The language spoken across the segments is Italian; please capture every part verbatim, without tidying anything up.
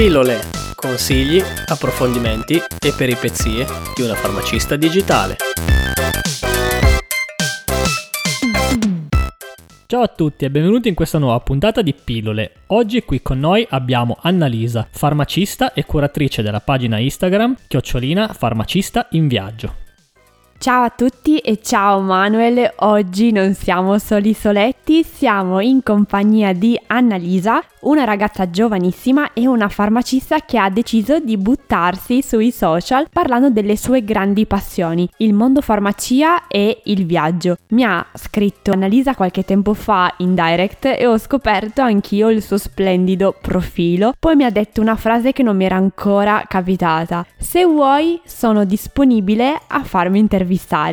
Pillole, consigli, approfondimenti e peripezie di una farmacista digitale. Ciao a tutti e benvenuti in questa nuova puntata di Pillole. Oggi qui con noi abbiamo Annalisa, farmacista e curatrice della pagina Instagram chiocciolina farmacista in viaggio. Ciao a tutti e ciao Manuel, oggi non siamo soli soletti, siamo in compagnia di Annalisa, una ragazza giovanissima e una farmacista che ha deciso di buttarsi sui social parlando delle sue grandi passioni, il mondo farmacia e il viaggio. Mi ha scritto Annalisa qualche tempo fa in direct e ho scoperto anch'io il suo splendido profilo, poi mi ha detto una frase che non mi era ancora capitata: se vuoi sono disponibile a farmi intervistare.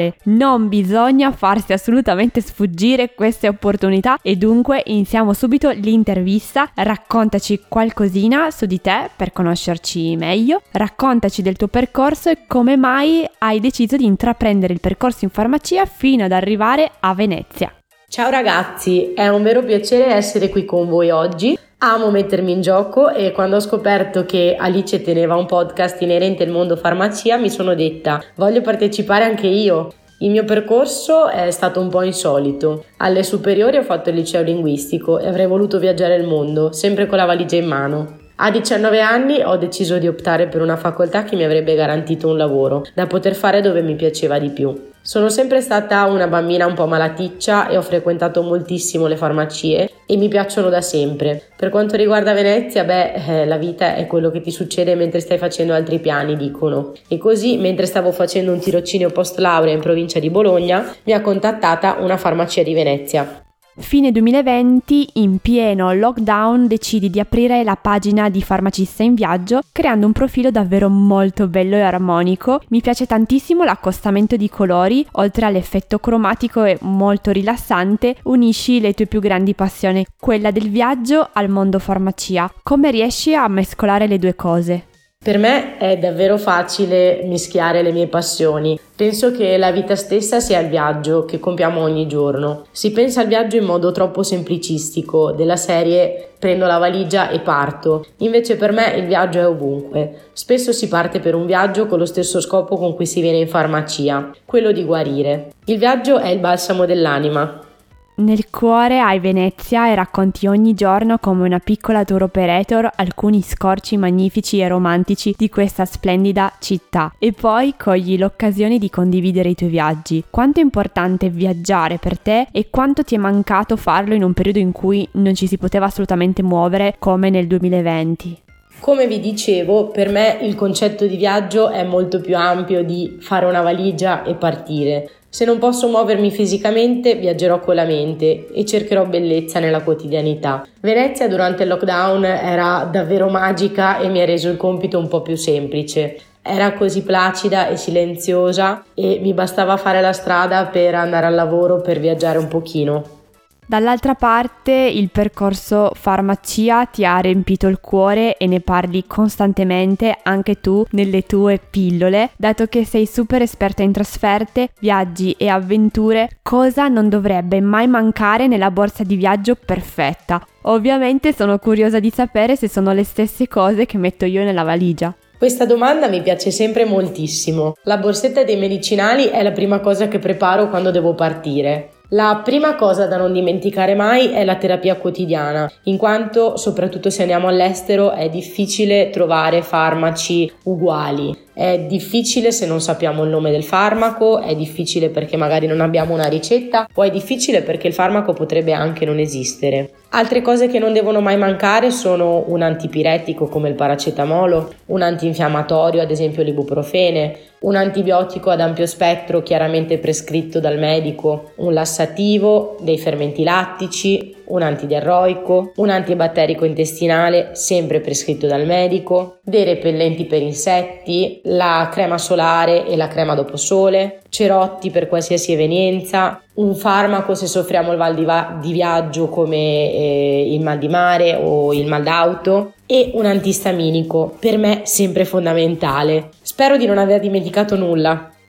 Non bisogna farsi assolutamente sfuggire queste opportunità e dunque iniziamo subito l'intervista. Raccontaci qualcosina su di te per conoscerci meglio, raccontaci del tuo percorso e come mai hai deciso di intraprendere il percorso in farmacia fino ad arrivare a Venezia. Ciao ragazzi, è un vero piacere essere qui con voi oggi. Amo mettermi in gioco e quando ho scoperto che Alice teneva un podcast inerente al mondo farmacia mi sono detta: voglio partecipare anche io. Il mio percorso è stato un po' insolito. Alle superiori ho fatto il liceo linguistico e avrei voluto viaggiare il mondo, sempre con la valigia in mano. A diciannove anni ho deciso di optare per una facoltà che mi avrebbe garantito un lavoro da poter fare dove mi piaceva di più. Sono sempre stata una bambina un po' malaticcia e ho frequentato moltissimo le farmacie e mi piacciono da sempre. Per quanto riguarda Venezia, beh, eh, la vita è quello che ti succede mentre stai facendo altri piani, dicono. E così, mentre stavo facendo un tirocinio post laurea in provincia di Bologna, mi ha contattata una farmacia di Venezia. Fine duemilaventi, in pieno lockdown, decidi di aprire la pagina di Farmacista in Viaggio creando un profilo davvero molto bello e armonico. Mi piace tantissimo l'accostamento di colori, oltre all'effetto cromatico e molto rilassante, unisci le tue più grandi passioni, quella del viaggio al mondo farmacia. Come riesci a mescolare le due cose? Per me è davvero facile mischiare le mie passioni. Penso che la vita stessa sia il viaggio che compiamo ogni giorno. Si pensa al viaggio in modo troppo semplicistico, della serie prendo la valigia e parto. Invece per me il viaggio è ovunque. Spesso si parte per un viaggio con lo stesso scopo con cui si viene in farmacia, quello di guarire. Il viaggio è il balsamo dell'anima. Nel cuore hai Venezia e racconti ogni giorno come una piccola tour operator alcuni scorci magnifici e romantici di questa splendida città e poi cogli l'occasione di condividere i tuoi viaggi. Quanto è importante viaggiare per te e quanto ti è mancato farlo in un periodo in cui non ci si poteva assolutamente muovere come nel duemilaventi? Come vi dicevo, per me il concetto di viaggio è molto più ampio di fare una valigia e partire. Se non posso muovermi fisicamente, viaggerò con la mente e cercherò bellezza nella quotidianità. Venezia durante il lockdown era davvero magica e mi ha reso il compito un po' più semplice. Era così placida e silenziosa e mi bastava fare la strada per andare al lavoro, per viaggiare un pochino. Dall'altra parte il percorso farmacia ti ha riempito il cuore e ne parli costantemente anche tu nelle tue pillole, dato che sei super esperta in trasferte, viaggi e avventure, cosa non dovrebbe mai mancare nella borsa di viaggio perfetta. Ovviamente sono curiosa di sapere se sono le stesse cose che metto io nella valigia. Questa domanda mi piace sempre moltissimo. La borsetta dei medicinali è la prima cosa che preparo quando devo partire. La prima cosa da non dimenticare mai è la terapia quotidiana, in quanto, soprattutto se andiamo all'estero, è difficile trovare farmaci uguali. È difficile se non sappiamo il nome del farmaco, è difficile perché magari non abbiamo una ricetta, o è difficile perché il farmaco potrebbe anche non esistere. Altre cose che non devono mai mancare sono un antipiretico come il paracetamolo, un antinfiammatorio, ad esempio l'ibuprofene, un antibiotico ad ampio spettro chiaramente prescritto dal medico, un lassativo, dei fermenti lattici, un antidiarroico, un antibatterico intestinale sempre prescritto dal medico, dei repellenti per insetti, la crema solare e la crema dopo sole, cerotti per qualsiasi evenienza, un farmaco se soffriamo il mal di, va- di viaggio come eh, il mal di mare o il mal d'auto e un antistaminico, per me sempre fondamentale. Spero di non aver dimenticato nulla.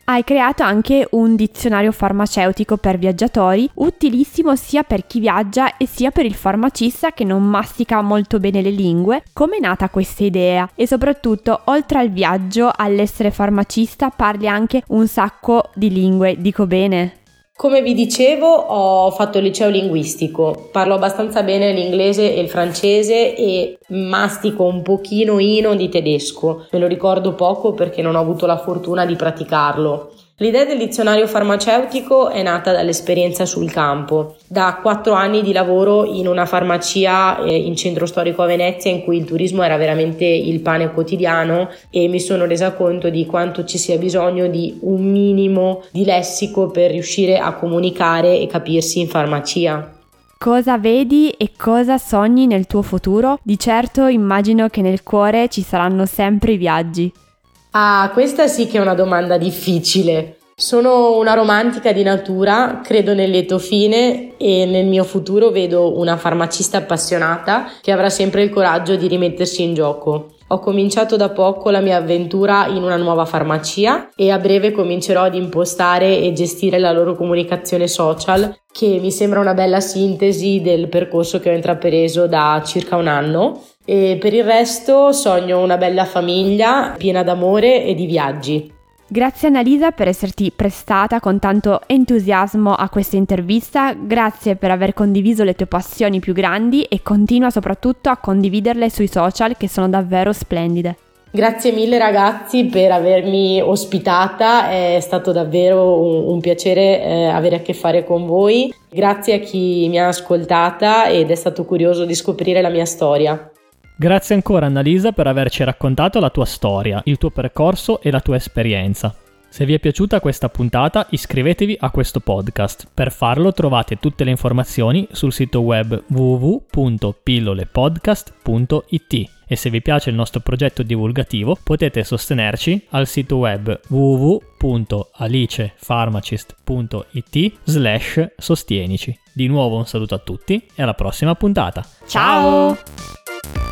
Hai creato anche un dizionario farmaceutico per viaggiatori, utilissimo sia per chi viaggia e sia per il farmacista che non mastica molto bene le lingue. Come è nata questa idea? E soprattutto, oltre al viaggio, all'essere farmacista, parli anche un sacco di lingue, dico bene? Come vi dicevo, ho fatto il liceo linguistico, parlo abbastanza bene l'inglese e il francese e mastico un pochino ino di tedesco, me lo ricordo poco perché non ho avuto la fortuna di praticarlo. L'idea del dizionario farmaceutico è nata dall'esperienza sul campo, da quattro anni di lavoro in una farmacia in centro storico a Venezia in cui il turismo era veramente il pane quotidiano e mi sono resa conto di quanto ci sia bisogno di un minimo di lessico per riuscire a comunicare e capirsi in farmacia. Cosa vedi e cosa sogni nel tuo futuro? Di certo immagino che nel cuore ci saranno sempre i viaggi. Ah, questa sì che è una domanda difficile. Sono una romantica di natura, credo nel lieto fine e nel mio futuro vedo una farmacista appassionata che avrà sempre il coraggio di rimettersi in gioco. Ho cominciato da poco la mia avventura in una nuova farmacia e a breve comincerò ad impostare e gestire la loro comunicazione social, che mi sembra una bella sintesi del percorso che ho intrapreso da circa un anno. E per il resto sogno una bella famiglia piena d'amore e di viaggi. Grazie Annalisa per esserti prestata con tanto entusiasmo a questa intervista, grazie per aver condiviso le tue passioni più grandi e continua soprattutto a condividerle sui social che sono davvero splendide. Grazie mille ragazzi per avermi ospitata, è stato davvero un, un piacere eh, avere a che fare con voi. Grazie a chi mi ha ascoltata ed è stato curioso di scoprire la mia storia. Grazie ancora Annalisa per averci raccontato la tua storia, il tuo percorso e la tua esperienza. Se vi è piaciuta questa puntata iscrivetevi a questo podcast. Per farlo trovate tutte le informazioni sul sito web w w w punto pillolepodcast punto i t e se vi piace il nostro progetto divulgativo potete sostenerci al sito web w w w punto alicepharmacist punto i t slash sostienici. Di nuovo un saluto a tutti e alla prossima puntata. Ciao!